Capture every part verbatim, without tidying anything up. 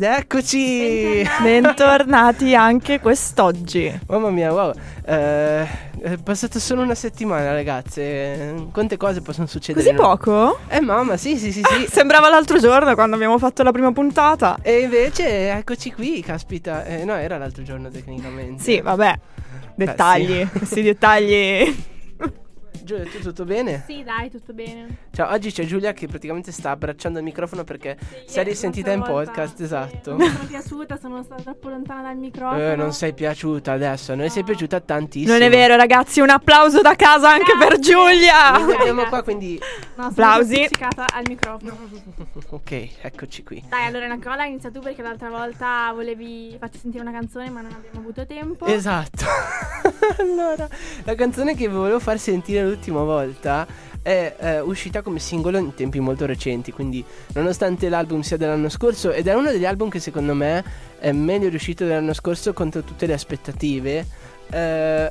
eccoci! Bentornati. Bentornati anche quest'oggi. Mamma mia, wow. Eh, è passata solo una settimana, ragazze. Quante cose possono succedere? Così poco? Eh mamma, sì, sì, sì, sì. Sembrava l'altro giorno quando abbiamo fatto la prima puntata. E invece eccoci qui, caspita. Eh, no, era l'altro giorno tecnicamente. Sì, vabbè. Dettagli, Beh, sì. questi dettagli. Giulia, tu tutto bene? Sì, dai, tutto bene. Ciao, oggi c'è Giulia che praticamente sta abbracciando il microfono perché Sì, si è risentita in l'altra volta, podcast, sì, esatto. Non sono piaciuta, sono stata troppo lontana dal microfono. Eh, non sei piaciuta adesso, a noi No. sei piaciuta tantissimo. Non è vero, ragazzi, un applauso da casa anche per Grazie. Giulia. Noi abbiamo Grazie. qua, quindi No, sono Applausi. appiccicata al microfono. ok, eccoci qui. Dai, allora Nicola, inizia tu perché l'altra volta volevi farci sentire una canzone ma non abbiamo avuto tempo. Esatto. Allora, la canzone che vi volevo far sentire l'ultima volta è eh, uscita come singolo in tempi molto recenti, quindi nonostante l'album sia dell'anno scorso, ed è uno degli album che secondo me è meglio riuscito dell'anno scorso contro tutte le aspettative, eh,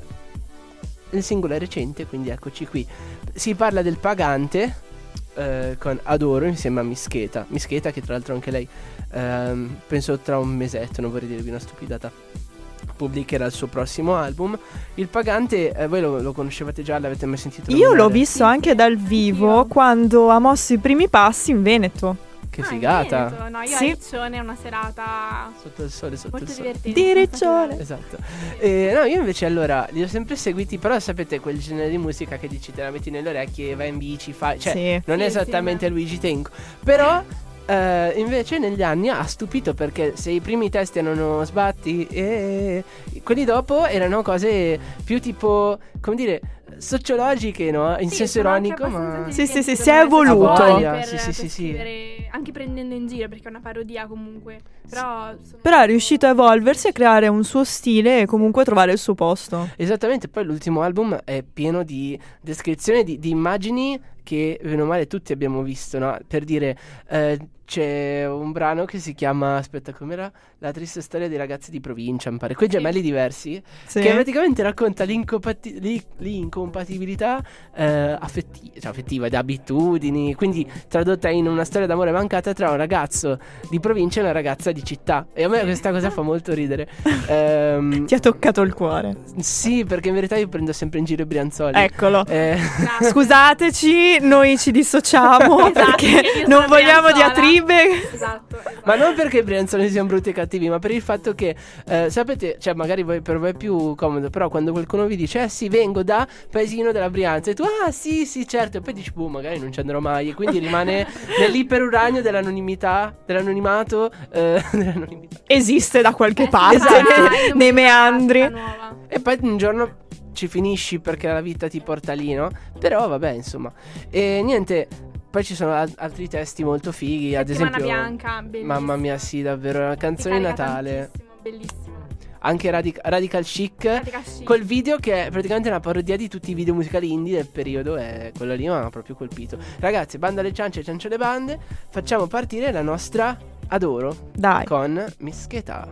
il singolo è recente, quindi eccoci qui. Si parla del Pagante, eh, con Adoro insieme a Mischeta. Mischeta che tra l'altro anche lei, ehm, penso tra un mesetto, non vorrei dirvi una stupidata, pubblicherà il suo prossimo album. Il Pagante, eh, voi lo, lo conoscevate già, l'avete mai sentito Io l'ho nominare? visto anche dal vivo Anch'io. quando ha mosso i primi passi in Veneto. Che Ah, in figata. Veneto. No, io Sì. a Riccione, una serata Sotto il sole, sotto molto il sole. divertente. Di Riccione. Esatto. Eh, no, io invece allora li ho sempre seguiti, però sapete quel genere di musica che dici te la metti nelle orecchie, vai in bici, fai, cioè Sì. non è Sì, esattamente sì, Luigi Tenco, però eh, invece negli anni ha stupito perché se i primi testi erano sbatti e quelli dopo erano cose più tipo, come dire, sociologiche, no? In Sì, senso sono anche ironico, ma abbastanza Sì, sì, sì, divertenti, si è dovrebbero essere evoluto. buoni Voglia, per- sì, sì, per sì, sì. scrivere, anche prendendo in giro perché è una parodia comunque. Però, sono- Però è riuscito a evolversi e a creare un suo stile e comunque trovare il suo posto. esattamente. Poi l'ultimo album è pieno di descrizioni, di, di immagini che bene o male tutti abbiamo visto, no? Per dire, eh, c'è un brano che si chiama, aspetta, com'era? La triste storia dei ragazzi di provincia, mi pare, quei gemelli diversi, Sì. che praticamente racconta l'incompati- l'i- l'incompatibilità eh, affetti- cioè affettiva, di abitudini, quindi tradotta in una storia d'amore mancata tra un ragazzo di provincia e una ragazza di città. E a me questa cosa fa molto ridere. Ehm, Ti ha toccato il cuore. sì, perché in verità io prendo sempre in giro i Brianzoli. Eccolo. Eh, Grazie. Scusateci, noi ci dissociamo Esatto, perché io sono non vogliamo Brianzola. diatribe. Esatto, esatto. ma non perché i Brianzoli siano brutti e cattivi, ma per il fatto che, eh, sapete, cioè magari voi, per voi è più comodo, però quando qualcuno vi dice, eh sì, vengo da paesino della Brianza, e tu, ah sì, sì, certo, e poi dici, boh, magari non ci andrò mai, e quindi rimane nell'iperuranio dell'anonimità, dell'anonimato, eh, dell'anonimità. Esiste da qualche Eh, parte esatto, nei- io nei mi meandri. faccio una nuova. E poi un giorno ci finisci perché la vita ti porta lì, no? Però vabbè, insomma. E niente, poi ci sono al- altri testi molto fighi, ad Settimana esempio bianca, bellissimo. mamma mia, sì, davvero, una canzone di Mi carica Natale. tantissimo, bellissimo. Anche Radic- Radical Chic, Radical Chic. col video che è praticamente una parodia di tutti i video musicali indie del periodo, è quello lì mi ha proprio colpito. Ragazzi, banda alle ciance, ciance alle bande, facciamo partire la nostra Adoro Dai. con Mischeta.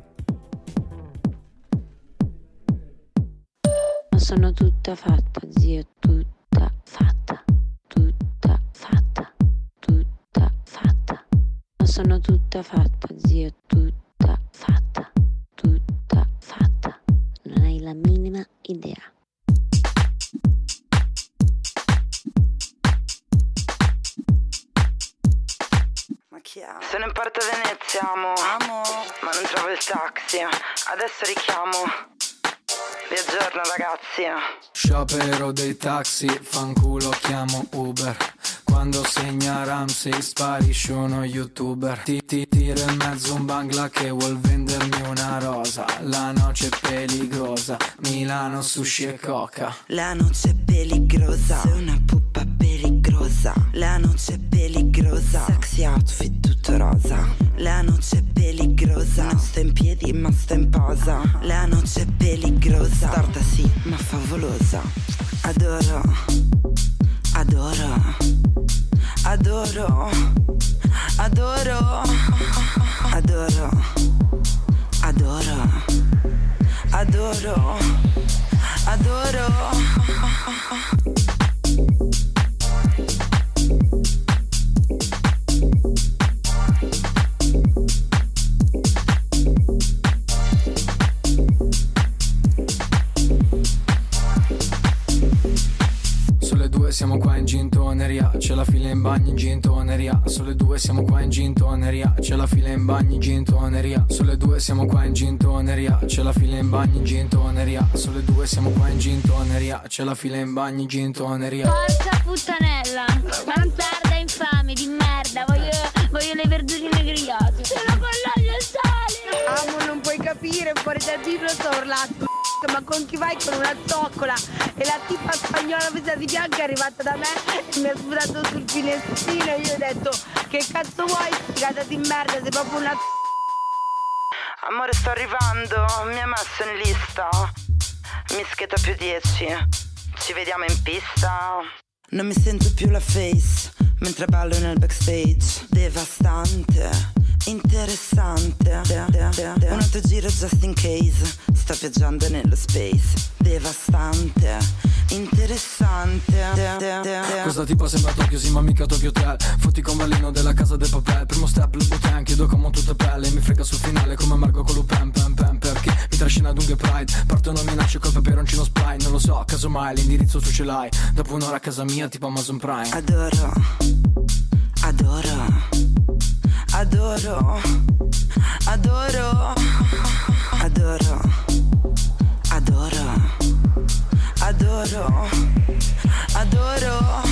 Sono tutta fatta, zio, tutta fatta, tutta fatta, tutta fatta. Sono tutta fatta, zio, tutta fatta, tutta fatta. Non hai la minima idea. Ma chi è? Sono in Porto Venezia, amo. Amo. Ma non trovo il taxi. Adesso richiamo. Vi aggiorno, ragazzi. Sciopero dei taxi, fanculo chiamo Uber. Quando segna Ramsey sparisce uno youtuber. Ti, ti tiro in mezzo un bangla che vuol vendermi una rosa. La noce peligrosa, Milano sushi e coca. La noce peligrosa, sei una puppa peligrosa. La noce peligrosa, sexy outfit tutto rosa. La noce peligrosa, non sto in piedi ma sto in posa. La noce peligrosa, storta sì ma favolosa. Adoro, adoro, adoro, adoro, adoro, adoro, adoro, adoro. due siamo qua in gintoneria, c'è la fila in bagno in gintoneria. Sulle due siamo qua in gintoneria, c'è la fila in bagno in gintoneria. Sulle due siamo qua in gintoneria, c'è la fila in bagno in gintoneria. Sulle due siamo qua in gintoneria, c'è la fila in bagno in gintoneria. Porca puttanella, bastarda infame di merda, voglio, voglio le verdurine grigliate. Se no con l'olio e sale. Amo, non puoi capire, fuori dal biblo sto urlando. Ma con chi vai con una zoccola? E la tipa spagnola vestita di bianco è arrivata da me e mi ha sputato sul finestrino e io ho detto che cazzo vuoi, figata di merda, sei proprio una Amore, sto arrivando, mi ha messo in lista. Mischeta più dieci, ci vediamo in pista. Non mi sento più la face mentre ballo nel backstage. Devastante, interessante. Un altro giro just in case, sto viaggiando nello space. Devastante, interessante. Questa tipa sembra Tokyo, sì ma mica Tokyo Hotel. Fotti con Berlino della casa del papel. Primo step, le boutin, chiedo come tutte pelle. Mi frega sul finale come Marco con Lupin, pam pam. Perché mi trascina dunque Pride. Partono minacce col peperoncino spray. Non lo so, casomai l'indirizzo tu ce l'hai. Dopo un'ora a casa mia tipo Amazon Prime. Adoro, adoro, adoro, adoro, adoro, adoro, adoro, adoro.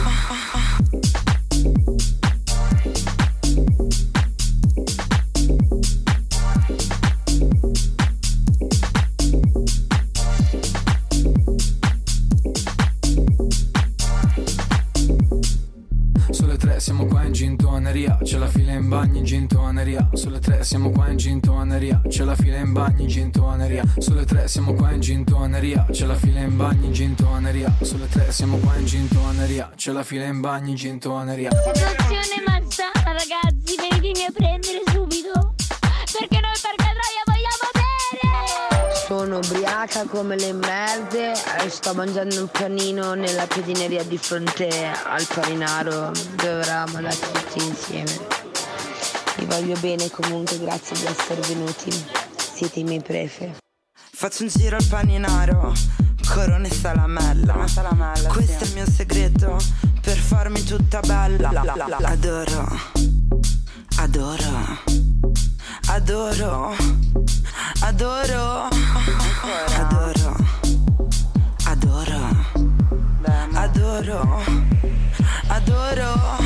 Sulle tre siamo qua in gintoneria, c'è la fila in bagno in gintoneria. Sulle tre siamo qua in gintoneria, c'è la fila in bagno in gintoneria. Sulle tre siamo qua in gintoneria, c'è la fila in bagno in gintoneria. Sulle tre siamo qua in gintoneria, c'è la fila in bagno in gintoneria. Situazione malsana, ragazzi, venitemi a prendere subito, perché noi per Troia vogliamo bere. Sono ubriaca come le merde e sto mangiando un panino nella piedineria di fronte al Paninaro dove eravamo andati tutti insieme. Vi voglio bene comunque, grazie di essere venuti, siete i miei prefe. Faccio un giro al Paninaro, corona e salamella. Questo è il mio segreto per farmi tutta bella. Adoro, adoro, adoro, adoro, adoro, adoro, adoro, adoro.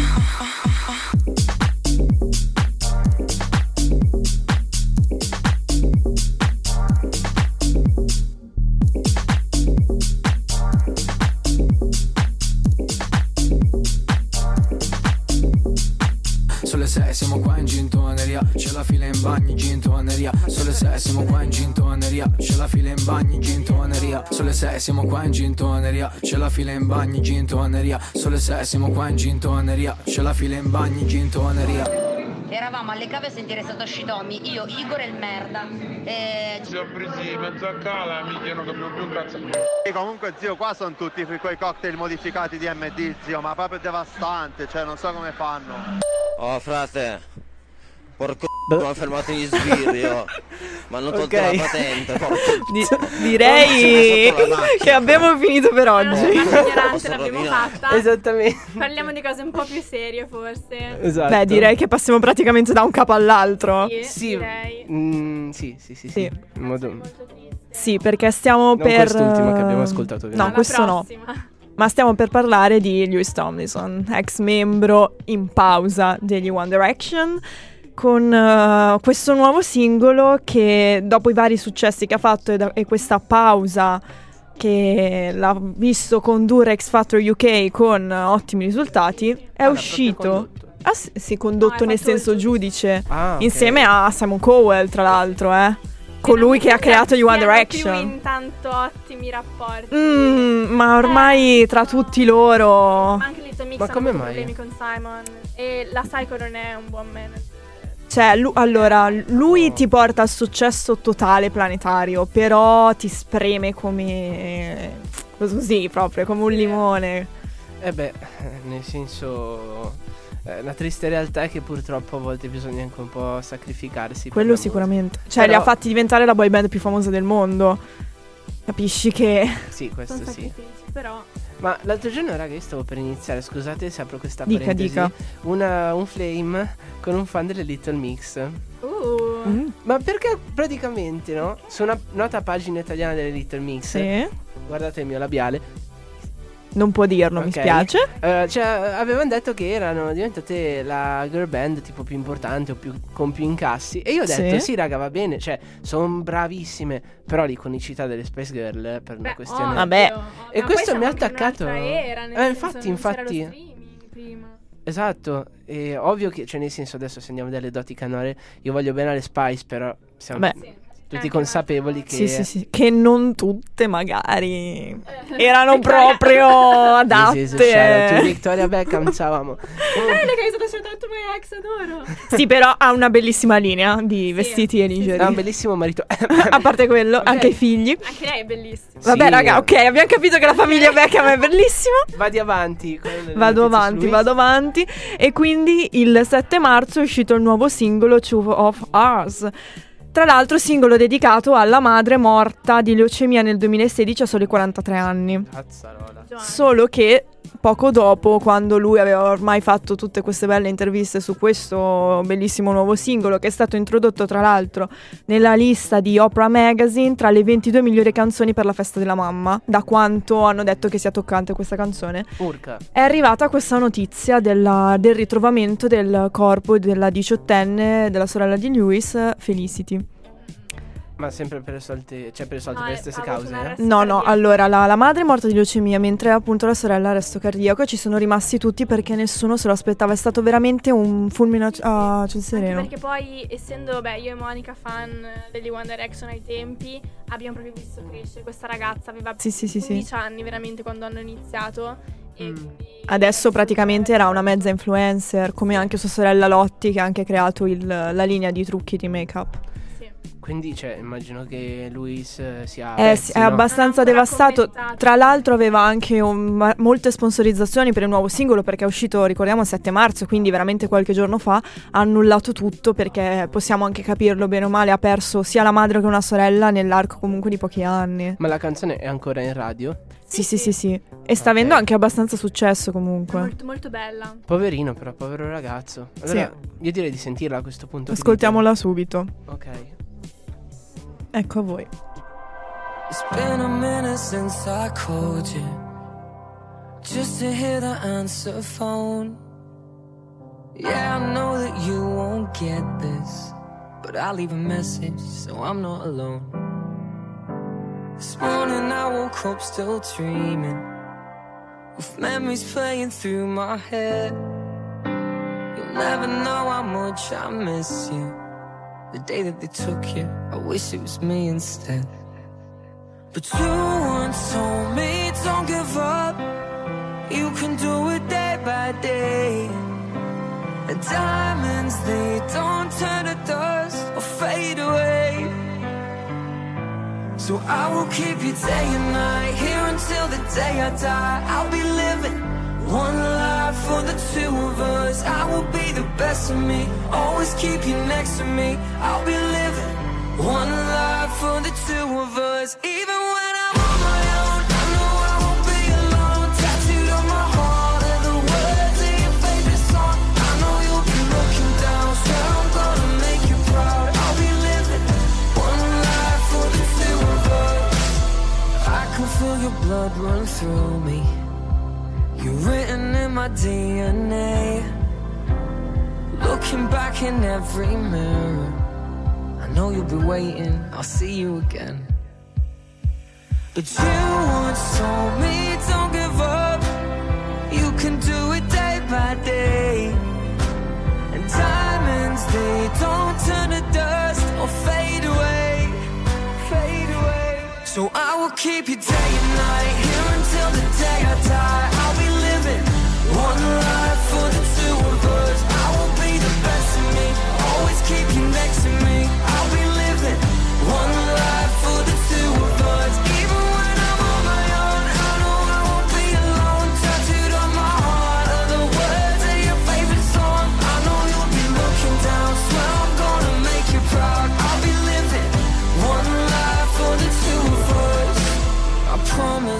Sulle sei siamo qua in gintoneria, c'è la fila in bagno in gintoneria. Sulle sei siamo qua in gintoneria, c'è la fila in bagno in gintoneria. Sulle sei siamo qua in gintoneria, c'è la fila in bagno in gintoneria. Sulle sei siamo qua in gintoneria, c'è la fila in bagno in gintoneria. Eravamo alle cave a sentire Satoshi Tomi, io, Igor e il merda. E... Ci ho presi mezzo a cala, minchia, non capivo più un cazzo. E comunque zio, qua sono tutti quei cocktail modificati di M D, zio, ma proprio devastante, cioè non so come fanno. Oh frate, porco c***o, hanno fermato gli sbirri, oh. Ma hanno tolto Ok. la patente, porco Di- direi che abbiamo finito per oggi. Ignorante l'abbiamo fatta. Esattamente. Parliamo di cose un po' più serie forse. Esatto. Beh, direi che passiamo praticamente da un capo all'altro. Sì, Sì, direi. mm, sì, sì, sì, sì. In modo... Sì, perché stiamo Non per... quest'ultima che abbiamo ascoltato, No, ovviamente. questo no. Ma stiamo per parlare di Lewis Tomlinson, ex membro in pausa degli One Direction, con uh, questo nuovo singolo che dopo i vari successi che ha fatto e, da- e questa pausa che l'ha visto condurre X Factor U K con uh, ottimi risultati, è Ah, l'ha uscito... proprio Ah, sì, sì, condotto No, hai nel fatto il senso giudice, Ah, ok. insieme a Simon Cowell, tra l'altro, eh. Colui che ha creato gli One Siamo Direction. più in tanto ottimi rapporti. Mm, ma ormai tra tutti loro... Ma anche Little Mix Ma hanno come avuto mai? problemi con Simon. E la Psycho non è un buon manager. Cioè, lu- allora, lui ti porta al successo totale planetario, però ti spreme come... così, proprio, come un limone. Eh beh, nel senso... eh, la triste realtà è che purtroppo a volte bisogna anche un po' sacrificarsi. per Quello la musica. sicuramente. Cioè, Però- li ha fatti diventare la boy band più famosa del mondo. capisci che... Sì, questo Sono sì. sacrifici, però Ma l'altro giorno, raga, io stavo per iniziare, scusate se apro questa Dica, parentesi, dica. Una, un flame con un fan delle Little Mix. uh, Mm. Ma perché praticamente, no? Su una nota pagina italiana delle Little Mix, Sì. guardate il mio labiale, Non può dirlo, mi ok? spiace. Eh, cioè, avevano detto che erano diventate la girl band tipo più importante o più, con più incassi. E io ho detto, Sì. sì, raga, va bene, cioè, sono bravissime. Però l'iconicità delle Spice Girl eh, per una beh, questione... ovvio, Vabbè. ovvio. E Ma questo poi mi ha siamo anche in attaccato. un'altra era, nel Eh, senso, infatti, non c'era infatti. lo streaming prima. Esatto, e ovvio che, cioè nel senso adesso se andiamo dalle doti canore, io voglio bene alle Spice, però siamo Beh. Sì. tutti Anche consapevoli che... Sì, sì, sì. Che non tutte magari erano Victoria- proprio adatte. Sì, sì, sì, shout out to Victoria Beckham, ciao amo. Eh, le che è stata scelta tu my ex, adoro. Sì, però ha una bellissima linea di vestiti e lingerie. Ha un bellissimo marito. A parte quello, anche i figli. Anche lei è bellissima. Vabbè, Sì. raga, ok, abbiamo capito che la famiglia Beckham è bellissima. Vadi avanti. con le Vado notizie su avanti, lui. vado avanti. E quindi il sette marzo è uscito il nuovo singolo Two of Us. Tra l'altro singolo dedicato alla madre morta di leucemia nel duemilasedici a soli quarantatré anni. Cazzarola. Solo che poco dopo, quando lui aveva ormai fatto tutte queste belle interviste su questo bellissimo nuovo singolo, che è stato introdotto tra l'altro nella lista di Oprah Magazine tra le ventidue migliori canzoni per la festa della mamma, da quanto hanno detto che sia toccante questa canzone, Urca. è arrivata questa notizia della- del ritrovamento del corpo della diciottenne della sorella di Lewis, Felicity. Ma sempre per le solite, cioè per le solite, No, per le è- stesse ha avuto cause, un eh? arresto. No, no, cardiaco. allora la, la madre è morta di leucemia, mentre appunto la sorella ha arresto cardiaco, e ci sono rimasti tutti perché nessuno se lo aspettava. È stato veramente un fulmine a, a ciel Anche sereno. perché poi, essendo beh, io e Monica fan degli One Direction ai tempi, abbiamo proprio visto crescere questa ragazza. Aveva Sì, sì, sì, sì. undici anni veramente quando hanno iniziato. E Mm. quindi Adesso praticamente era una mezza influencer, come anche sua sorella Lotti, che ha anche creato il- la linea di trucchi di make-up. Sì. Quindi, cioè, immagino che Luis eh, sia... Eh pezzi, sì, è no? abbastanza Non ha ancora devastato. commentato. Tra l'altro aveva anche un- ma- molte sponsorizzazioni per il nuovo singolo, perché è uscito, ricordiamo, il sette marzo, quindi veramente qualche giorno fa. Ha annullato tutto, perché possiamo anche capirlo bene o male, ha perso sia la madre che una sorella nell'arco comunque di pochi anni. Ma la canzone è ancora in radio? Sì, sì, sì, sì. E sta avendo anche abbastanza successo comunque. Molto, molto bella. Poverino però, povero ragazzo. Allora, io direi di sentirla a questo punto. Ascoltiamola subito. Ok. Ecco a voi. It's been a minute since I called you, just to hear the answer phone. Yeah, I know that you won't get this, but I'll leave a message so I'm not alone. This morning I woke up still dreaming, with memories playing through my head. You'll never know how much I miss you. The day that they took you, I wish it was me instead. But you once told me, don't give up, you can do it day by day. And diamonds, they don't turn to dust or fade away. So I will keep you day and night, here until the day I die. I'll be living one life for the two of us. I will be the best of me, always keep you next to me. I'll be living one life for the two of us. Even when I'm on my own, I know I won't be alone. Tattooed on my heart are the words of your favorite song. I know you'll be looking down, swear I'm gonna make you proud. I'll be living one life for the two of us. I can feel your blood run through me, you're written in my D N A. Looking back in every mirror, I know you'll be waiting, I'll see you again. But you once told me, don't give up, you can do it day by day. And diamonds, they don't turn to dust or fade away, fade away. So I will keep you day and night, here until the day I die. I'll be living one life for the two of us. I will be the best of me, always keep you next to me. I'll be living one life for the two of us. Even when I'm on my own, I know I won't be alone. Tattooed on my heart are the words of your favorite song. I know you'll be looking down, swear I'm gonna make you proud. I'll be living one life for the two of us.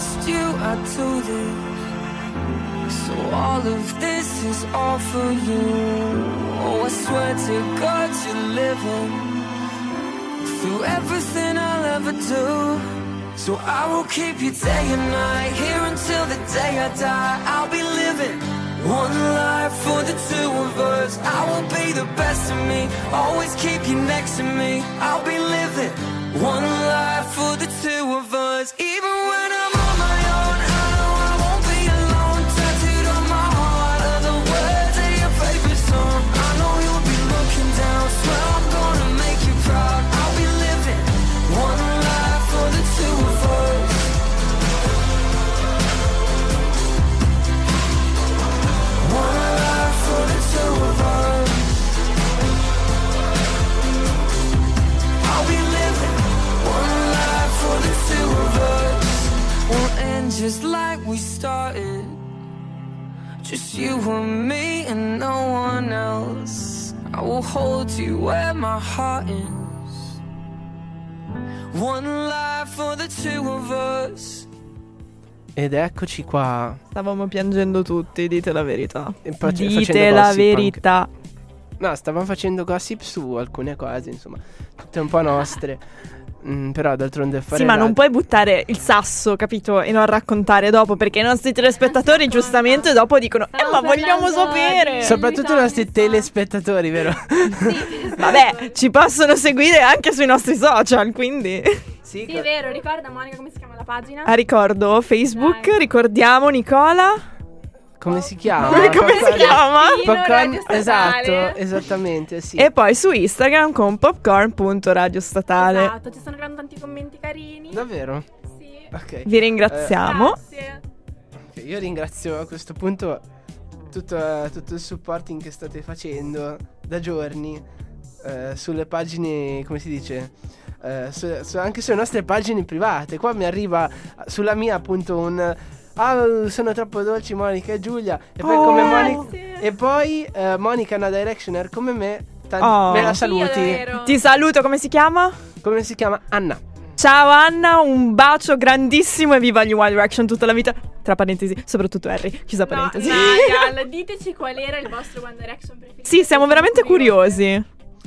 trust you, I do this. So all of this is all for you. Oh, I swear to God you're living through everything I'll ever do. So I will keep you day and night, here until the day I die. I'll be living one life for the two of us. I will be the best of me, always keep you next to me. I'll be living one life for the two of us. Even when I'm on my own, I know I won't be alone. Tattooed on my heart are the words of your favorite song. I know you'll be looking down, swear I'm gonna make you proud. I'll be living one life for the two of us. One life for the two of us. I'll be living one life for the two of us. Won't end just like we started, just you and me and no one else. I will hold you where my heart is. One life for the two of us. Ed eccoci qua. Stavamo piangendo tutti, dite la verità. E poi c- Dite facendo la gossip verità. anche. No, stavamo facendo gossip su alcune cose, insomma, tutte un po' nostre. Mm, però d'altronde fare Sì, ma non radio- puoi buttare il sasso, capito? E non raccontare dopo, perché i nostri telespettatori giustamente dopo dicono Eh, ma vogliamo sapere! Soprattutto i nostri telespettatori, vero? Vabbè, ci possono seguire anche sui nostri social, quindi... Sì, Sì, è vero, ricorda Monica come si chiama la pagina? Ah, ricordo Facebook, ricordiamo Nicola. Come si chiama? Come, come si Popcorn- chiama? Popcorn- Radio Statale. esatto, esattamente, sì. E poi su Instagram con popcorn punto radio statale. Esatto, ci stanno arrivando tanti commenti carini. Davvero? Sì. Ok. Vi ringraziamo. Grazie. Ok, io ringrazio a questo punto tutto, eh, tutto il supporting che state facendo da giorni eh, sulle pagine, come si dice? Eh, su- su- anche sulle nostre pagine private. Qua mi arriva sulla mia appunto un ah, sono troppo dolci Monica e Giulia. E poi Oh, come Monica grazie. e poi eh, Monica Una Directioner come me. Tan- Oh. me la Sì, saluti. davvero. Ti saluto, come si chiama? Come si chiama? Anna. Ciao Anna, un bacio grandissimo e viva gli One Direction tutta la vita. Tra parentesi, soprattutto Harry, chiusa No, parentesi. Niall, diteci qual era il vostro One Direction preferito. Sì, siamo veramente curiosi.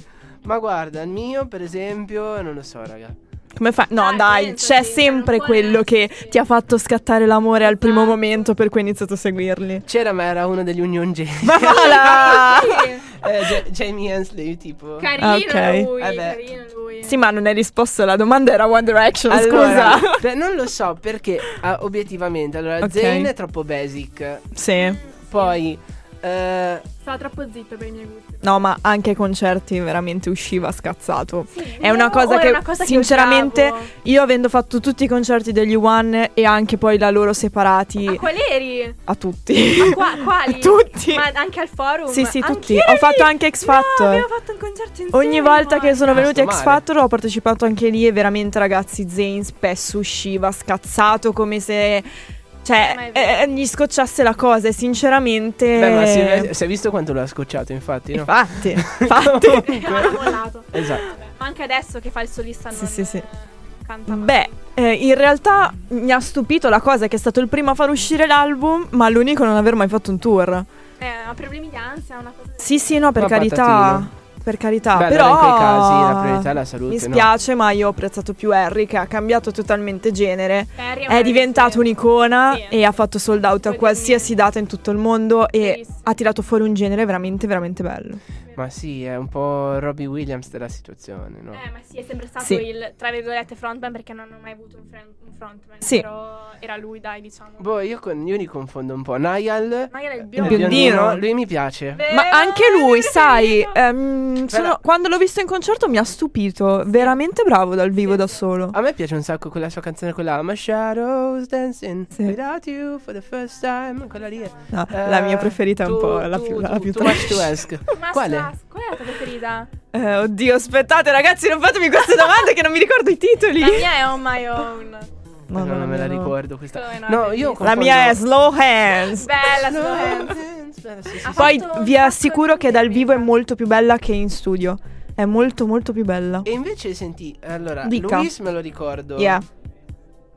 Ma guarda, il mio per esempio, non lo so, raga. Come fai? No, Dai, dai, pensaci, c'è sono sempre un po' quello onesti. che ti ha fatto scattare l'amore al primo Esatto. momento, per cui hai iniziato a seguirli. C'era, ma era uno degli Union J. Ma voilà! Sì. eh, J- Jamie Hensley, tipo. Carino Ok. lui, Vabbè. carino lui. Sì, ma non hai risposto alla domanda, era One Direction, Allora, scusa. beh, non lo so perché ah, obiettivamente, allora Ok. Zayn è troppo basic. Sì. Poi eh, Stava troppo zitto per i miei gusti. No, ma anche ai concerti veramente usciva scazzato. Sì, È una no, cosa o che era una cosa che sinceramente odiavo. io avendo fatto tutti i concerti degli One e anche poi la loro separati Ma quali eri? a tutti. Ma qua, quali? A tutti. Ma anche al forum? Sì, sì, Anche tutti. eri? Ho fatto anche X Factor. No, abbiamo fatto un concerto insieme. Ogni volta che sono Ah, venuti a sto X male. Factor ho partecipato anche lì e veramente ragazzi Zayn spesso usciva scazzato come se cioè Eh, ma è vero. eh, gli scocciasse la cosa e sinceramente beh, ma si, si è visto quanto l'ha scocciato, infatti, no? infatti, infatti. No, l'ha mollato. Esatto. Ma anche adesso che fa il solista non Sì, sì, sì. eh, canta mai. Beh, eh, in realtà mi ha stupito la cosa che è stato il primo a far uscire l'album, ma l'unico a non aver mai fatto un tour. Eh, ha problemi di ansia, una cosa. Sì, sì, no, per Ma carità. patatino. Per carità, Beh, però allora in quei casi la priorità è la salute, mi no? spiace, ma io ho apprezzato più Harry che ha cambiato totalmente genere. Harry È diventato veramente- un'icona Sì. e ha fatto sold out a Quello qualsiasi data in tutto il mondo e Verissimo. ha tirato fuori un genere veramente veramente bello. Ma sì, è un po' Robbie Williams della situazione, no? Eh, ma sì, è sempre stato Sì. il, tra virgolette, frontman perché non ho mai avuto un, fran- un frontman. Sì. Però era lui, dai, diciamo. Boh, io, con, io li confondo un po'. Niall, Ma era il il biondo. biondino. lui mi piace. Vero, Ma anche lui, il mio sai, preferito. ehm, sono- Però- quando l'ho visto in concerto mi ha stupito, veramente bravo dal vivo Sì, da sì. solo. A me piace un sacco quella sua canzone, quella My Shadows Dancing Sì. Without You for the first time. Quella lì è. No, Eh, la mia preferita è un tu- po' la tu- più, tu- la più too much trash. to ask. Ma Quale? sa- Qual è la tua preferita? Eh, oddio, aspettate ragazzi, non fatemi queste domande che non mi ricordo i titoli. La mia è On My Own. No, No, no, non me la no. ricordo questa. Come no, No, è io bellissima. La confondo- mia è Slow Hands. Bella, No, Slow Hands. Hands, bella, sì, sì, Ha sì. Poi fatto un vi sacco assicuro di che dal vivo è musica. molto più bella che in studio. È molto molto più bella. E invece senti, allora, Dica. Luis me lo ricordo. Yeah.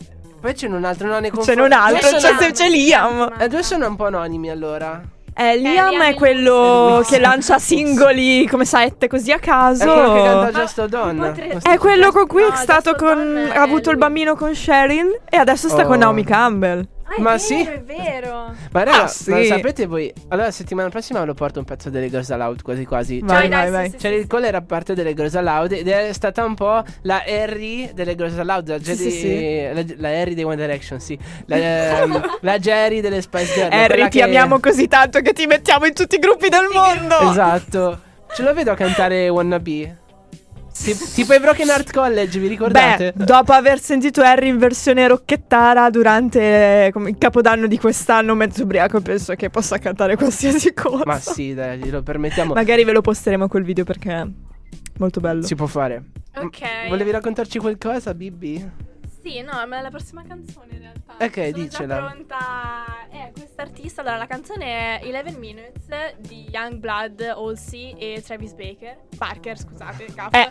poi c'è un altro, no, ne C'è un altro, c'è, c'è, c'è Liam. Eh, due sono un po' anonimi allora. Eh, Liam eh, è quello che lancia singoli come sette così a caso. È quello che canta Just a Dawn. È quello con cui no, è stato con ha avuto il bambino con Sheryl e adesso sta oh. con Naomi Campbell. Ah, è ma vero, sì, è vero. Ma raga, ah, sì. ma sapete voi? Allora, settimana prossima ve lo porto un pezzo delle Girls Aloud, quasi quasi. Vai, cioè, vai, vai. Sì, Cheryl sì, Cole sì. era parte delle Girls Aloud ed è stata un po' la Harry delle Girls Aloud, la, Jerry, sì, sì. la, la Harry dei One Direction, sì. La, um, la Jerry delle Spice Girls. Harry, ti che... amiamo così tanto che ti mettiamo in tutti i gruppi del mondo. Esatto. Ce lo vedo a cantare Wannabe. Tipo i Broken Heart College, vi ricordate? Beh, dopo aver sentito Harry in versione rocchettara durante come, il capodanno di quest'anno mezzo ubriaco, penso che possa cantare qualsiasi cosa. Ma sì, dai, glielo permettiamo. Magari ve lo posteremo quel video perché è molto bello. Si può fare. Ok. Volevi raccontarci qualcosa, Bibi? Sì, no, ma è la prossima canzone in realtà. Ok, Sono dicela. Già pronta. È quest'artista. Allora, la canzone è eleven minutes di Youngblood, Halsey e Travis Baker. Barker, scusate, capo. Eh.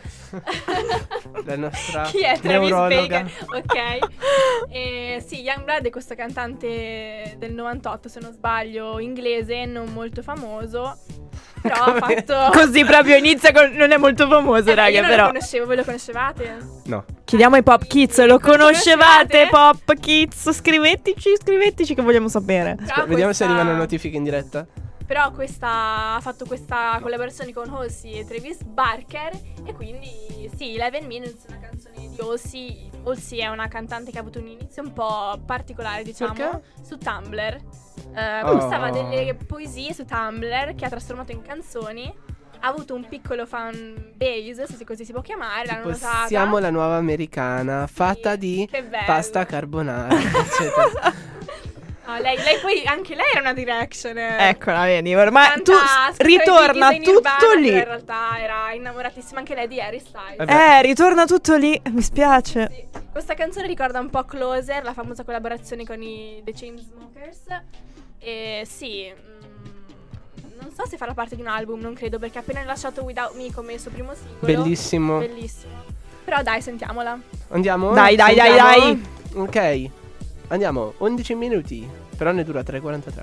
La nostra Chi è Travis neurologa. Baker? Ok. E, sì, Youngblood è questo cantante del novantotto, se non sbaglio, inglese, non molto famoso. Però ha fatto. Così proprio inizia con. Non è molto famoso, eh, raga, io non però. lo conoscevo, voi lo conoscevate? No. Chiediamo ai Pop Kids, lo conoscevate, Pop Kids? Scrivettici, scrivettici che vogliamo sapere. Però Vediamo questa... se arrivano notifiche in diretta. Però questa ha fatto questa collaborazione con Halsey e Travis Barker. E quindi sì, eleven minutes è una canzone di Halsey. Halsey è una cantante che ha avuto un inizio un po' particolare, diciamo. Perché? Su Tumblr. Uh, oh. Postava delle poesie su Tumblr che ha trasformato in canzoni. Ha avuto un piccolo fan base, se così si può chiamare. L'hanno notata. Siamo la nuova americana, fatta sì, di che bello. pasta carbonara, eccetera. No, lei, lei poi anche lei era una direction. Eccola, vedi, ormai tu Fantastica, ritorna di tutto Nirvana, lì. In realtà era innamoratissima anche lei di Harry Styles. Eh, ritorna tutto lì, mi spiace. Sì. Questa canzone ricorda un po' Closer, la famosa collaborazione con i The Chainsmokers. E sì, mh, non so se farà parte di un album, non credo, perché ha appena rilasciato Without Me come suo primo singolo. Bellissimo. Bellissimo. Però dai, sentiamola. Andiamo? Dai, dai, Sentiamo? dai, dai. Ok. Andiamo, undici minuti, però ne dura tre e quarantatré.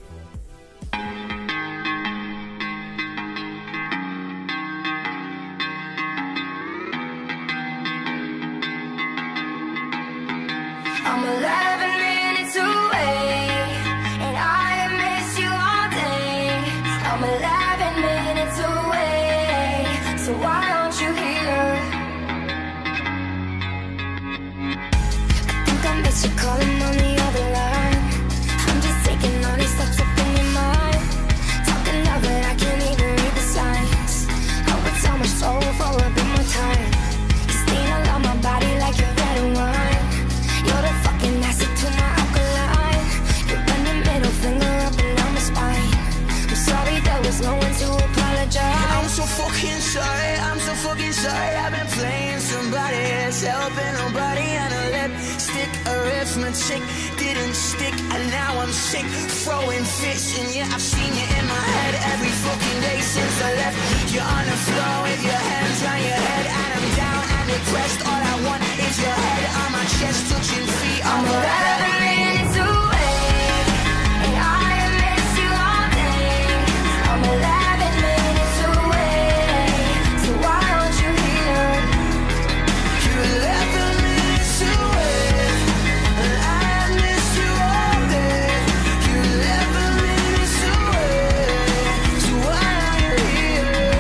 I'm eleven minutes away, and I miss you all day. I'm eleven minutes away, so why aren't you here? I think I miss you calling on the other line. I'm just taking all these thoughts up in your mind, talking now that I can't even read the signs. I put so much soul for a bit more time. You stain all on my body like you're red wine. You're the fucking acid to my alkaline. You bend your middle finger up and down my spine. I'm sorry there was no one to apologize. I'm so fucking sorry, I'm so fucking sorry. I've been playing somebody else, helping nobody, and a lipstick arithmetic didn't stick, and now I'm sick, throwing fits. And yeah, I've seen you in my head every fucking day since I left. You're on the floor with your hands on your head, and I'm down and depressed. All I want is your head on my chest, touching feet. I'm eleven minutes away, and I miss you all day. I'm eleven minutes away, so why aren't you here? You're eleven minutes away, and I miss you all day. You're eleven minutes away, so why are you here?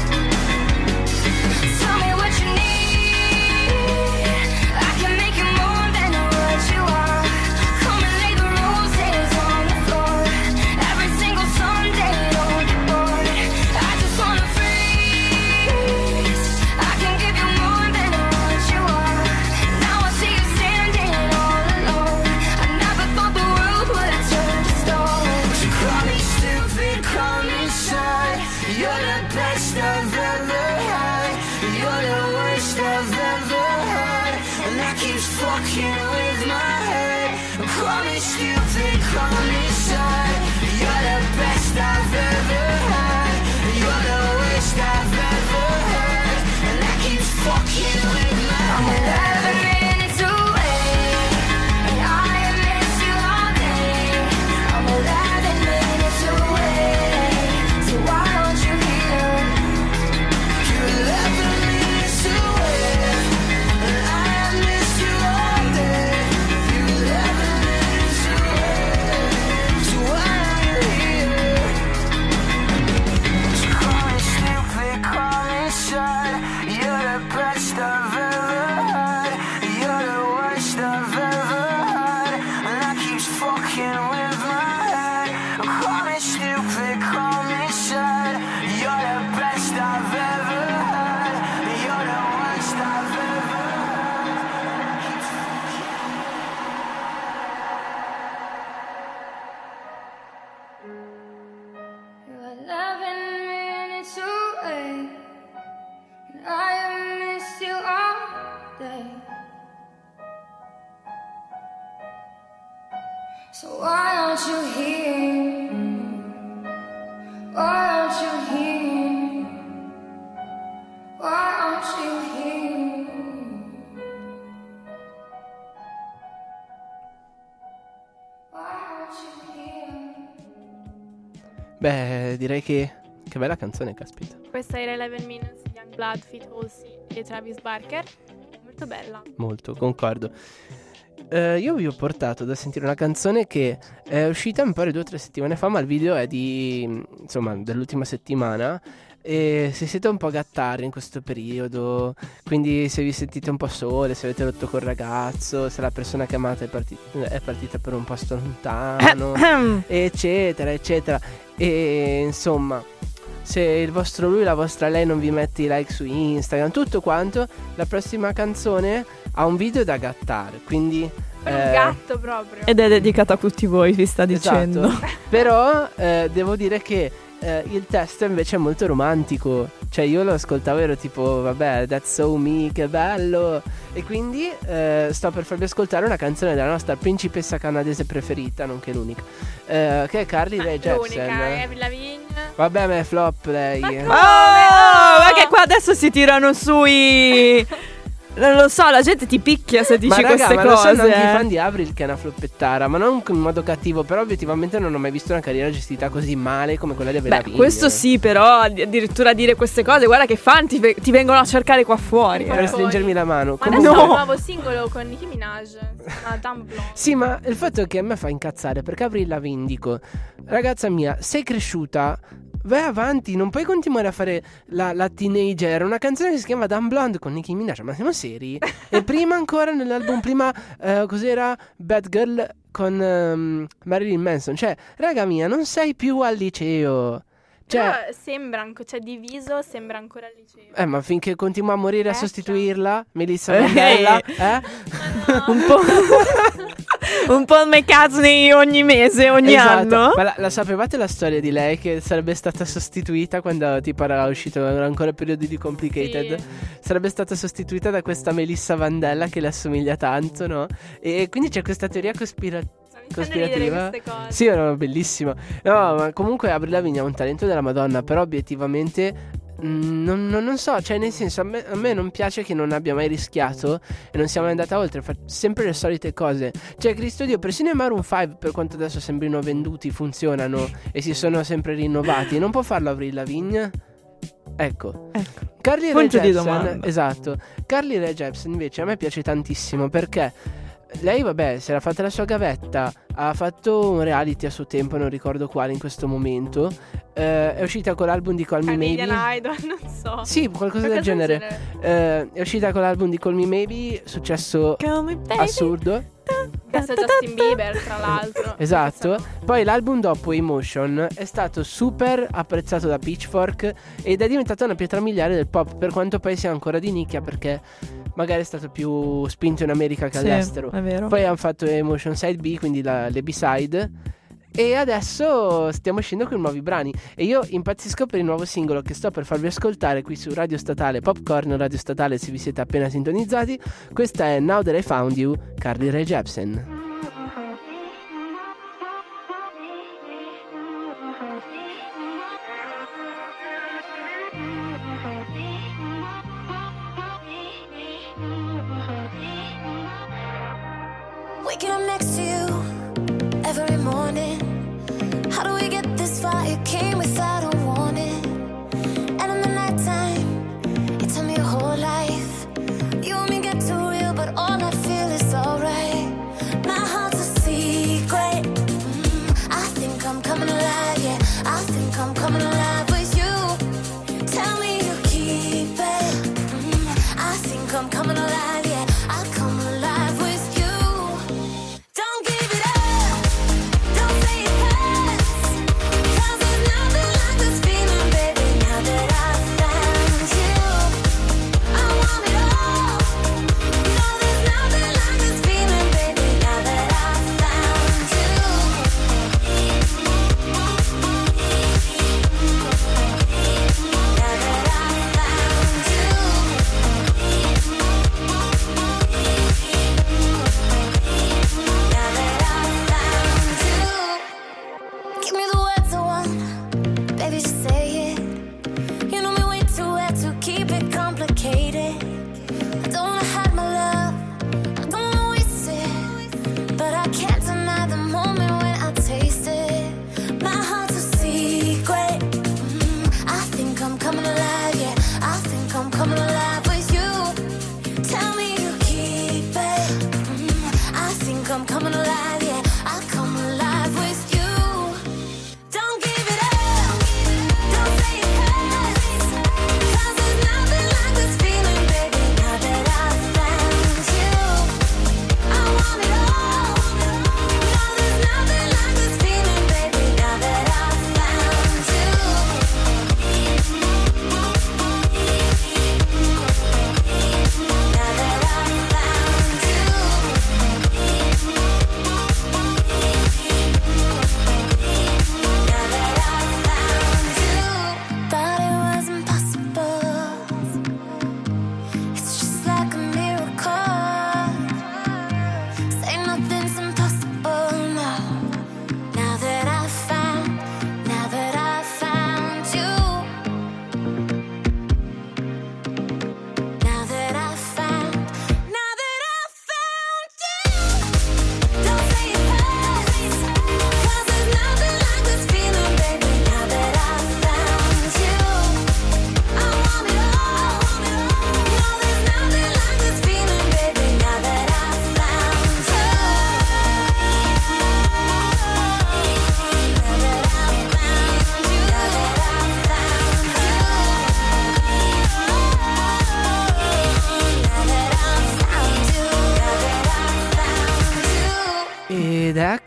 Tell me what you need, I can make you more than what you are. Come and lay the roses on the floor, every single Sunday, don't get bored. I just wanna freeze, I can give you more than what you are. Now I see you standing all alone, I never thought the world would turn to stone. So call me stupid, call me shy. You're the best I've ever had. You're the worst I've ever had, and that keeps fucking with my head. Call me stupid, call me shy. You're the best I've ever had. You're the worst I've ever had, and that keeps fucking with my I'm head. eleven minutes away, and I So why aren't you here? Why aren't you here? Why aren't you here? Why aren't you here? Beh, direi che che bella canzone, caspita. Questa era eleven Minutes di Youngblood, Feet Halsey e Travis Barker. Molto bella. Molto, concordo. Eh, io vi ho portato da sentire una canzone che è uscita un po' due o tre settimane fa, ma il video è di, insomma, dell'ultima settimana. E se siete un po' gattari in questo periodo, quindi se vi sentite un po' sole, se avete rotto col ragazzo, se la persona che amate è, parti- è partita per un posto lontano, eccetera, eccetera. E insomma, se il vostro lui, la vostra lei non vi mette i like su Instagram, tutto quanto, la prossima canzone ha un video da gattare, quindi Per un gatto proprio. Ed è dedicata a tutti voi, vi sta dicendo. Esatto. Però eh, devo dire che eh, il testo invece è molto romantico. Cioè io lo ascoltavo e ero tipo vabbè, that's so me, che bello. E quindi eh, sto per farvi ascoltare una canzone della nostra principessa canadese preferita, nonché l'unica, eh, che è Carly Rae Jepsen. L'unica, è Avril Lavigne. Vabbè, ma è flop lei. Ma Oh, ma che qua adesso si tirano sui... Non lo so, la gente ti picchia se dici ma raga, queste ma cose. lo sono anche i eh. fan di Avril che è una floppettara, ma non in modo cattivo. Però obiettivamente non ho mai visto una carriera gestita così male come quella di Avril Beh, Lavigne. questo sì, però addirittura dire queste cose, guarda che fan ti, ti vengono a cercare qua fuori. Per eh. stringermi la mano. Ma Comunque- adesso ha un nuovo singolo con Nicki Minaj, si chiama Dumb Blonde. Sì, ma il fatto è che a me fa incazzare, perché Avril Lavigne, dico, ragazza mia, sei cresciuta, vai avanti, non puoi continuare a fare la, la teenager. Era una canzone che si chiama Dumb Blonde con Nicki Minaj, ma siamo seri? E prima ancora nell'album, prima eh, cos'era? Bad Girl con ehm, Marilyn Manson. Cioè, raga mia, non sei più al liceo. Cioè, Però sembra, anco- cioè diviso, sembra ancora al liceo. eh, ma finché continua a morire a Eh, sostituirla, Melissa Eh, Mandela, eh. eh? Un po', un po' McCartney ogni mese, ogni Esatto. anno. Ma la, la sapevate la storia di lei che sarebbe stata sostituita quando tipo era uscito, era ancora periodi di Complicated, Sì. sarebbe stata sostituita da questa Melissa Vandella che le assomiglia tanto, no? E quindi c'è questa teoria cospirativa. Sto iniziando a ridere Cospirativa. queste cose. Sì, era bellissimo. No, ma comunque Avril Lavigne ha un talento della Madonna, però obiettivamente mm, non, non- non so, cioè nel senso a me, a me non piace che non abbia mai rischiato e non sia mai andata oltre, fa sempre le solite cose. Cioè Cristo Dio, persino i Maroon five, per quanto adesso sembrino venduti, funzionano e si sono sempre rinnovati. Non può farlo Avril Lavigne? Ecco. Ecco. Carly Rae Punto di Jepsen, domanda. esatto. Carly Rae Jepsen invece a me piace tantissimo perché lei, vabbè, si era fatta la sua gavetta, ha fatto un reality a suo tempo, non ricordo quale in questo momento. Eh, è uscita con l'album di Call Me Canadian Maybe. Idol, non so. Sì, qualcosa del genere. Eh, è uscita con l'album di Call Me Maybe, successo Call me baby. assurdo. Questo è Justin Bieber, tra l'altro. Esatto. Poi l'album dopo, Emotion, è stato super apprezzato da Pitchfork ed è diventato una pietra miliare del pop, per quanto poi sia ancora di nicchia perché magari è stato più spinto in America che Sì, all'estero. è vero. Poi hanno fatto Emotion Side B, quindi la- le B-side. E adesso stiamo uscendo con nuovi brani. E io impazzisco per il nuovo singolo che sto per farvi ascoltare qui su Radio Statale Popcorn, Radio Statale se vi siete appena sintonizzati. Questa è Now That I Found You, Carly Rae Jepsen. Waking up next to you every morning. How do we get this far? It came without a warning. And in the nighttime, you tell me your whole life. You and me get too real, but all I feel is alright. My heart's a secret. Mm, I think I'm coming alive, yeah. I think I'm coming alive with you. Tell me you keep it. Mm, I think I'm coming alive, yeah. I come alive with you. Don't give it up.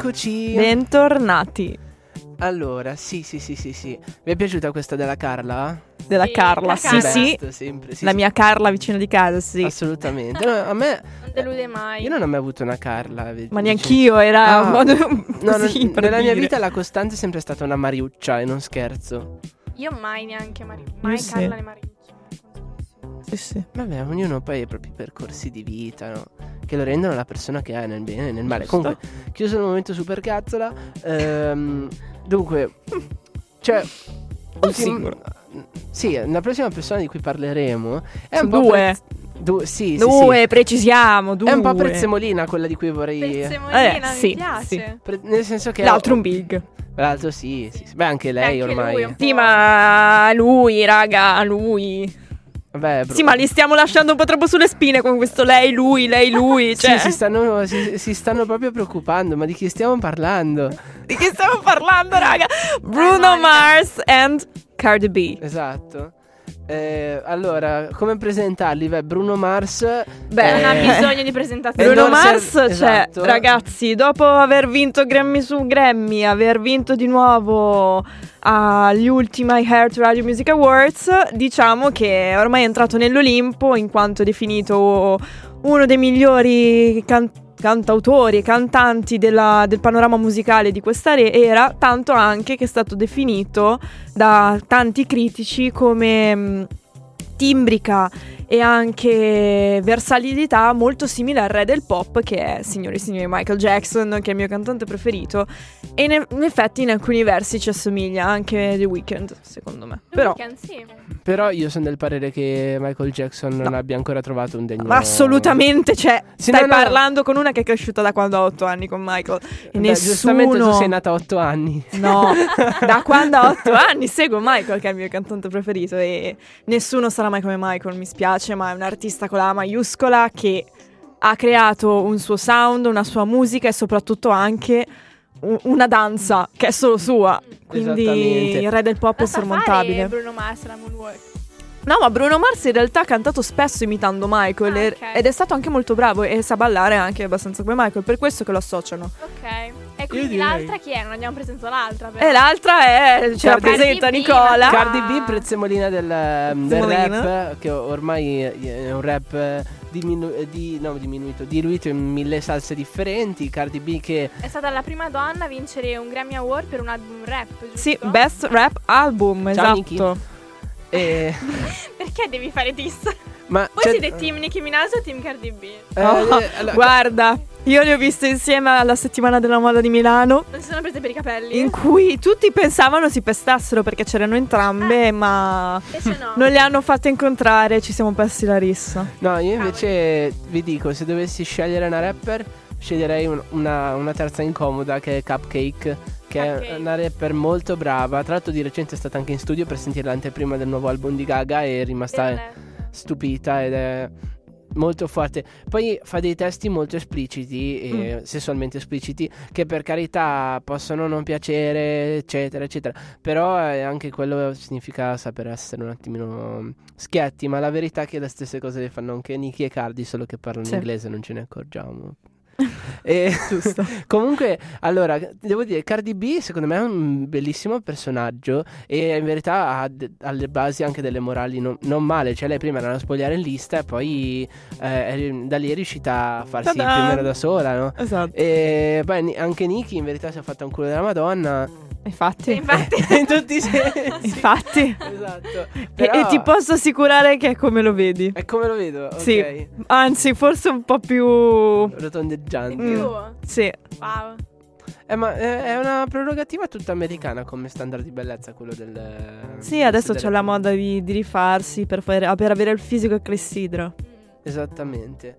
Eccoci. Bentornati. Allora, sì, sì, sì, sì, sì. Vi è piaciuta questa della Carla? Della Sì, Carla, la sì, Carla. sì. Best, sempre, sì, La sì. mia Carla vicino di casa, sì. Assolutamente. No, a me Non delude mai. io non ho mai avuto una Carla. vedi, Ma dice- neanch'io, era Ah, un modo no, così non- per nella mia dire. vita la costante è sempre stata una Mariuccia, e non scherzo. Io mai neanche Mari- mai sì. Carla né Mariuccia. Sì, sì. Vabbè, ognuno poi ha i propri percorsi di vita, no? Che lo rendono la persona che è nel bene e nel male. Giusto. Comunque, chiuso il momento super cazzola. ehm, dunque, cioè, ultim- singolo. Sì, la prossima persona di cui parleremo è Su un po' due. prez- du- sì, sì, Due, sì. precisiamo, due. È un po' prezzemolina quella di cui vorrei. Prezzemolina, Eh, mi sì, piace. sì. Pre- nel senso che L'altro ho- un big. L'altro sì, sì, sì. Beh, anche lei Anche ormai. lui un po'. Sì, ma lui, raga, lui. Vabbè, bro- Sì, ma li stiamo lasciando un po' troppo sulle spine con questo lei, lui, lei, lui. Sì, Cioè, si stanno, si, si stanno proprio preoccupando. Ma di chi stiamo parlando? di che stiamo parlando, raga? Bruno Monica. Mars and Cardi B. Esatto. Eh, allora, come presentarli? Beh, Bruno Mars. Beh, Non ha eh, bisogno di presentazione. Bruno Endorser- Mars, cioè, esatto. ragazzi, dopo aver vinto Grammy su Grammy, aver vinto di nuovo agli ultimi Heart Radio Music Awards, diciamo che ormai è entrato nell'Olimpo in quanto è definito uno dei migliori can- cantautori e cantanti della- del panorama musicale di questa re- era, tanto anche che è stato definito da tanti critici come mh, timbrica e anche versatilità molto simile al re del pop, che è, signori e signori, Michael Jackson, che è il mio cantante preferito, e in, in effetti in alcuni versi ci assomiglia anche The Weeknd, secondo me. The Però Weeknd, sì. Però io sono del parere che Michael Jackson non abbia ancora trovato un degno. ma assolutamente, cioè, Sì, stai no, no. parlando con una che è cresciuta da quando ha otto anni con Michael e Beh, giustamente tu nessuno... sei nata a otto anni. No, da quando ha otto anni seguo Michael, che è il mio cantante preferito, e nessuno sarà mai come Michael, mi spiace, ma è un artista con la A maiuscola che ha creato un suo sound, una sua musica e soprattutto anche u- una danza che è solo sua. Quindi Esattamente. il re del pop è La sa insormontabile. fare Bruno Mars la moonwalk. No, ma Bruno Mars in realtà ha cantato spesso imitando Michael Ah, e- ok. ed è stato anche molto bravo e sa ballare anche abbastanza come Michael, per questo che lo associano. Ok. E quindi direi- l'altra chi è? Non abbiamo presentato l'altra. però. E l'altra è, ce la Cardi- presenta Cardi B, Nicola. ma- Cardi B, prezzemolina del, del Prezzemolina. rap, che ormai è un rap eh, diminu- eh, di, no, diminuito, diluito in mille salse differenti. Cardi B che È stata la prima donna a vincere un Grammy Award per un album rap, giusto? Sì, Best Rap Album, Ciao, esatto. eh, Perché devi fare diss? ma Voi c'è- siete team Nicki Minaj o team Cardi B? eh, Oh, eh, allora, guarda, io li ho viste insieme alla settimana della moda di Milano, Non si sono prese per i capelli? in cui tutti pensavano si pestassero perché c'erano entrambe, ma Invece no. non le hanno fatte incontrare e ci siamo persi la rissa. No, io invece vi dico, se dovessi scegliere una rapper, sceglierei un- una, una terza incomoda che è Cupcake, che è Cupcake. una rapper molto brava. Tra l'altro di recente è stata anche in studio per sentire l'anteprima del nuovo album di Gaga e è rimasta Bene. stupita ed è molto forte. Poi fa dei testi molto espliciti e Mm. sessualmente espliciti, che per carità possono non piacere, eccetera, eccetera. Però eh, anche quello significa saper essere un attimino schietti. Ma la verità è che le stesse cose le fanno anche Nicki e Cardi, solo che parlano Sì. inglese, non ce ne accorgiamo. E comunque, allora, devo dire, Cardi B secondo me è un bellissimo personaggio e in verità ha de- alle basi anche delle morali non, non male. Cioè lei prima era una spogliare in lista e poi eh, è ri- da lì è riuscita a farsi più Ta-da! o meno da sola, no? Esatto. E poi ni- anche Nicki in verità si è fatta un culo della Madonna. Infatti, Infatti. In tutti i sensi. infatti. Esatto. E, Però e ti posso assicurare che è come lo vedi. è come lo vedo, ok. Sì, anzi, forse un po' più... Rotondeggiante. In più. Sì. Wow. Eh, ma eh, è una prerogativa tutta americana come standard di bellezza quello del... Sì, adesso del- c'è la moda di, di rifarsi per, fare- per avere il fisico e clessidra. Esattamente.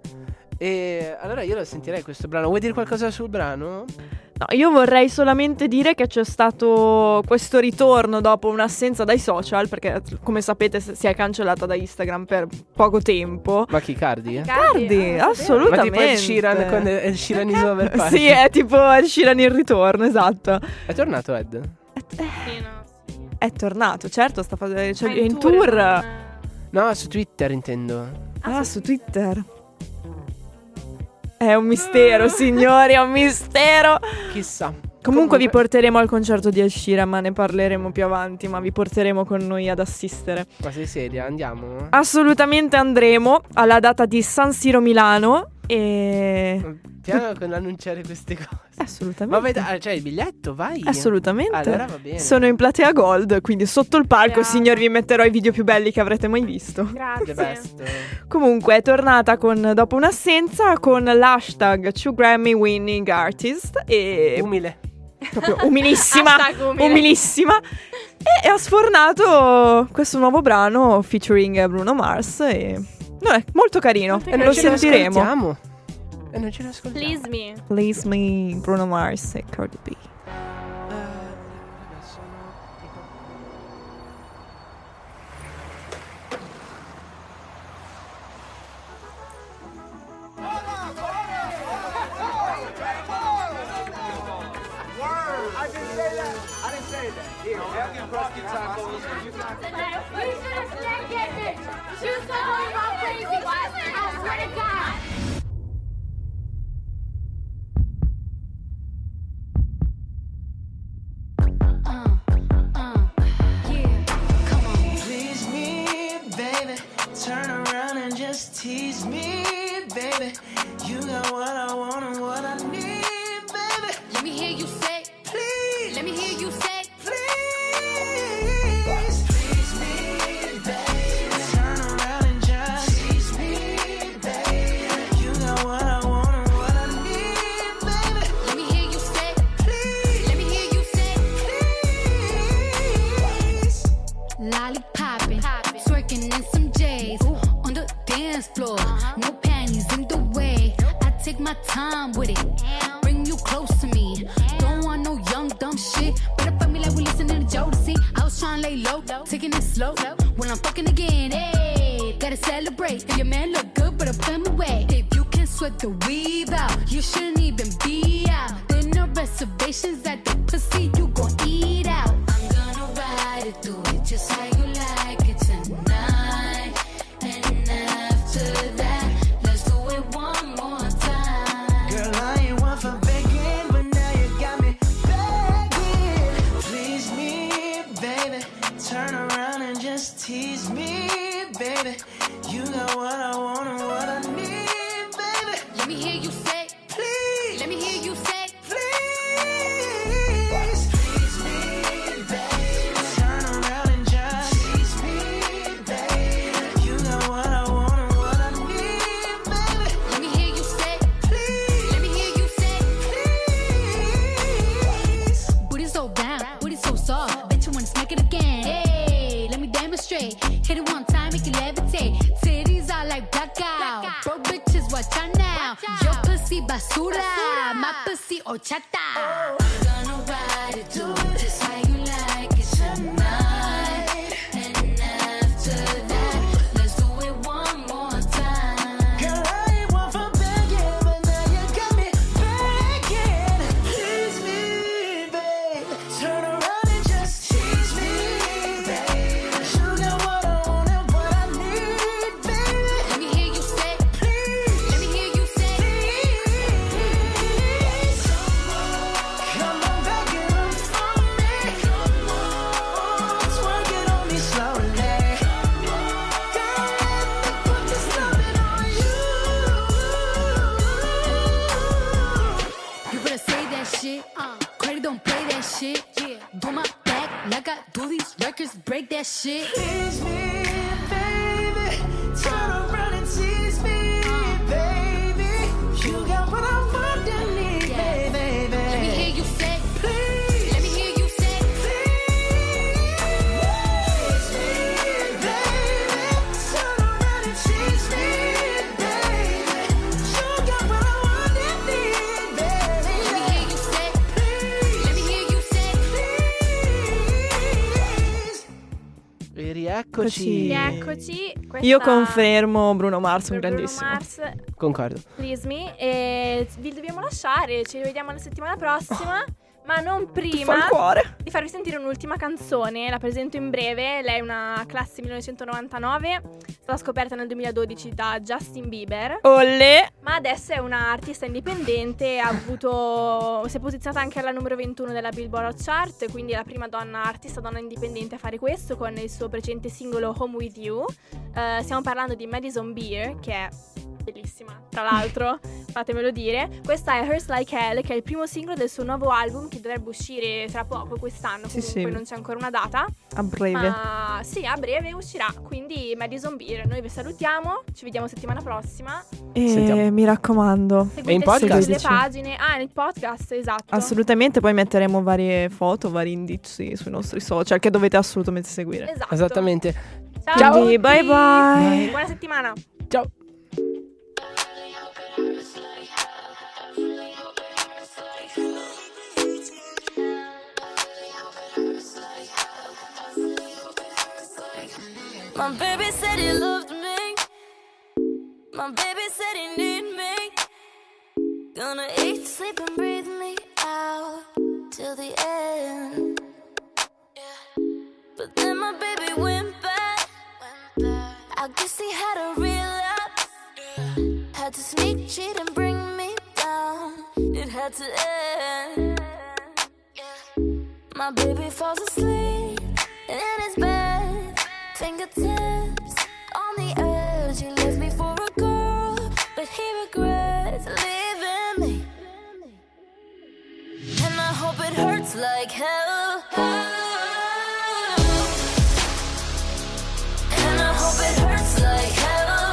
E allora io lo sentirei questo brano. Vuoi dire qualcosa sul brano? No, io vorrei solamente dire che c'è stato questo ritorno dopo un'assenza dai social, perché come sapete si è cancellata da Instagram per poco tempo. Ma chi Cardi? Eh? Cardi, ah, assolutamente. Ma tipo Ed Sheeran con Ed Sheeran is over party. Sì, è tipo Ed Sheeran in ritorno, esatto. È tornato Ed? Sì, no, sì. È tornato, certo, sta facendo cioè, Ah, è in tour. non- No, su Twitter intendo. Ah, su Twitter. È un mistero, signori, è un mistero. Chissà. Comunque, Comunque vi porteremo al concerto di Ed Sheeran, ma ne parleremo più avanti, ma vi porteremo con noi ad assistere. Ma sei seria? Andiamo? Assolutamente andremo alla data di San Siro Milano e... Piano con annunciare queste cose. Assolutamente. Ma vai da- c'è il biglietto? Vai. Assolutamente. Allora va bene. Sono in platea gold, quindi sotto il palco, Brava. signori, vi metterò i video più belli che avrete mai visto. The Grazie. best. Comunque è tornata con, dopo un'assenza, con l'hashtag Two Grammy Winning Artist e Umile. proprio umilissima, Hashtag umile. umilissima, e, e ha sfornato questo nuovo brano featuring Bruno Mars e non è molto carino Molto e carino. lo Ce lo sentiremo. ascoltiamo. E non ce l'ascoltiamo. Please me. Please Me, Bruno Mars e Cardi B. I didn't say that. I didn't say that. Here, have your crusty tacos. You got You should have snagged that bitch. She was so going all crazy. I swear to God. Please me, baby. Turn around and just tease me, baby. You got what I want and what I need, baby. Let me hear you say, Please, let me hear you say, please, please me, baby. Turn around and just tease me, baby. You got what I want and what I need, baby. let me hear you say, Please, let me hear you say, please. Lollipopping, twerking in some J's on the dance floor. No panties in the way. I take my time with it. Bring you close to me. Don't want no young dumb shit. Better fuck me like we listening to Jodeci. I was trying to lay low, taking it slow. When I'm fucking again, hey, gotta celebrate. If your man look good, but I'm putting away. If you can sweat the weave out, you shouldn't even be out. There no reservations at the pussy, you gon' eat out. I'm gonna ride it, do it just how you like it tonight. And after that, let's do it one more time. Girl, I ain't one for begging, but now you got me begging. Please me, baby. Turn around and just tease me, baby. You got what I want and what I need, baby. let me hear you say, Please, let me hear you say, please, please me, baby. Turn around and just tease me, baby. You got what I want and what I need, baby. let me hear you say, Please, let me hear you say, please. Booty so down, booty so soft. Bet you wanna smack it again. Hey, let me demonstrate. Hit it one time, make it levitate. Titties are like blackout. Broke bitches, watch out now. Your pussy basura, my pussy horchata. I'm gonna ride it, do it just how you like it tonight. And after that, let's do it one more time. Girl, I ain't one for begging, but now you got me begging. Please me, babe. Turn around and just tease me, babe. You got what I want and what I need, baby. let me hear you say, Please, let me hear you say, please. Come on back and run for me. Twerk it on me slowly. Girl, let me put this loving on you. You better say that shit. Uh, Credit don't play that shit. Yeah. Do my back like I do these records, break that shit. Tease me, baby. Turn around and tease me, baby. You got what I want and need, let me hear baby. you say, Please, let me hear you say, please, baby. Turn around and tease me, baby. You got what I want and need, let me baby. hear you say, Please, let me hear you say, please. E rieccoci. Rieccoci. Questa Io confermo Bruno Mars, un Bruno grandissimo. Mars, Concordo. Please Me. E vi dobbiamo lasciare. Ci vediamo la settimana prossima. Ma non Fa il prima cuore. di di farvi sentire un'ultima canzone, la presento in breve. Lei è una classe millenovecentonovantanove, è stata scoperta nel duemiladodici da Justin Bieber. Olle! Ma adesso è una artista indipendente, ha avuto, si è posizionata anche alla numero ventuno della Billboard Chart, quindi è la prima donna artista, donna indipendente a fare questo con il suo precedente singolo Home With You. Uh, stiamo parlando di Madison Beer, che è bellissima, tra l'altro, fatemelo dire. Questa è Hurts Like Hell, che è il primo singolo del suo nuovo album che dovrebbe uscire tra poco, quest'anno, sì, comunque sì. non c'è ancora una data. A breve. Ma sì, a breve uscirà, quindi Madison Beer. Noi vi salutiamo, ci vediamo settimana prossima. E Sentiamo. mi raccomando, E in podcast? Sulle pagine, ah, nel podcast, esatto. assolutamente, poi metteremo varie foto, vari indizi sui nostri social che dovete assolutamente seguire. Esatto. Esattamente. Ciao, Ciao. a tutti. Bye bye. Buona settimana. Ciao. My baby said he loved me. My baby said he need me. Gonna eat, sleep and breathe me out till the end. Yeah. But then my baby went back. I guess he had a relapse. Had to sneak, cheat and bring me down. It had to end. Yeah. My baby falls asleep in his bed. Fingertips on the edge. He left me for a girl, but he regrets leaving me. And I hope it hurts like hell. And I hope it hurts like hell.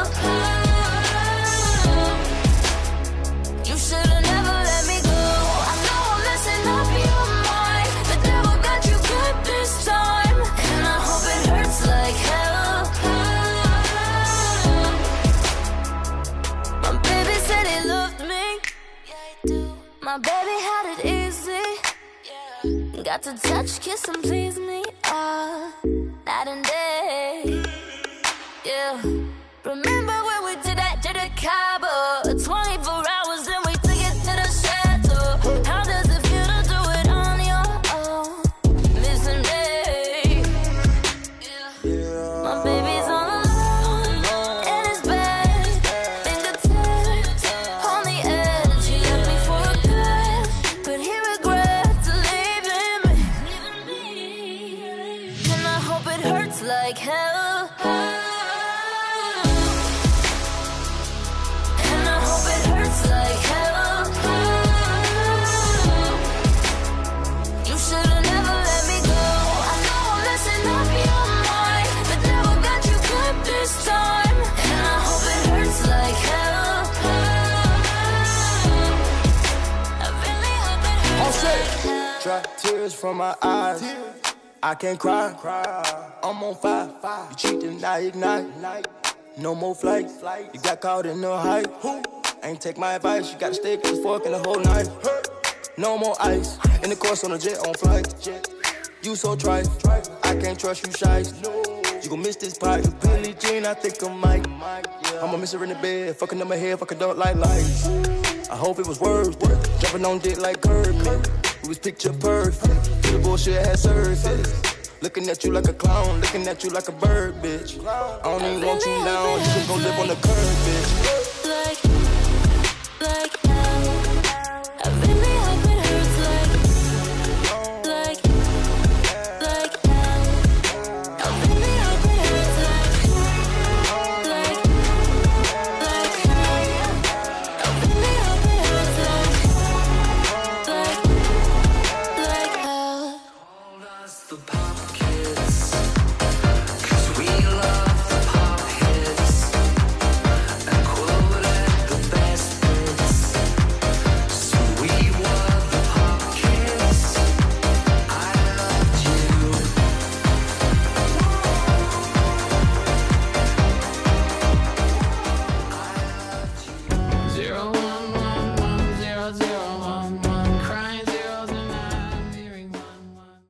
You should've never let me go. I know I'm messing up your mind. The devil got you good this time. And I hope it hurts like hell. My baby said he loved me. Yeah, he do. My baby had it easy. Yeah. Got to touch, kiss and please me. Ah, night and day. Yeah. Remember when we did that to the Cabo? twenty-four hours and we took it to the chateau. How does it feel to do it on your own? Missing me. Yeah. My baby's all alone in his bed. Fingertips on the edge. He left me for a girl, but he regrets leaving me. And I hope it hurts like hell. And I hope it hurts like hell. You should've never let me go. I know I'm messing up your mind. The devil got you good this time. And I hope it hurts like hell. I really hope it hurts like hell. Dry tears from my eyes. I can't cry. I'm on fire. You cheating, I ignite. No more flight. You got caught in the hype. Ain't take my advice. You gotta stay with the fork and the whole night. No more ice. In the course on a jet on flight. You so trite. I can't trust you, shice. You gon' miss this pipe. Billie Jean, I think I might. I'ma miss her in the bed. Fucking up my head. Fucking don't like lights. I hope it was worth it. Jumping on dick like Kermit. It was picture perfect. The bullshit had surface. Looking at you like a clown, looking at you like a bird, bitch. I don't even want you now, you can go live on the curb, bitch. Like, like,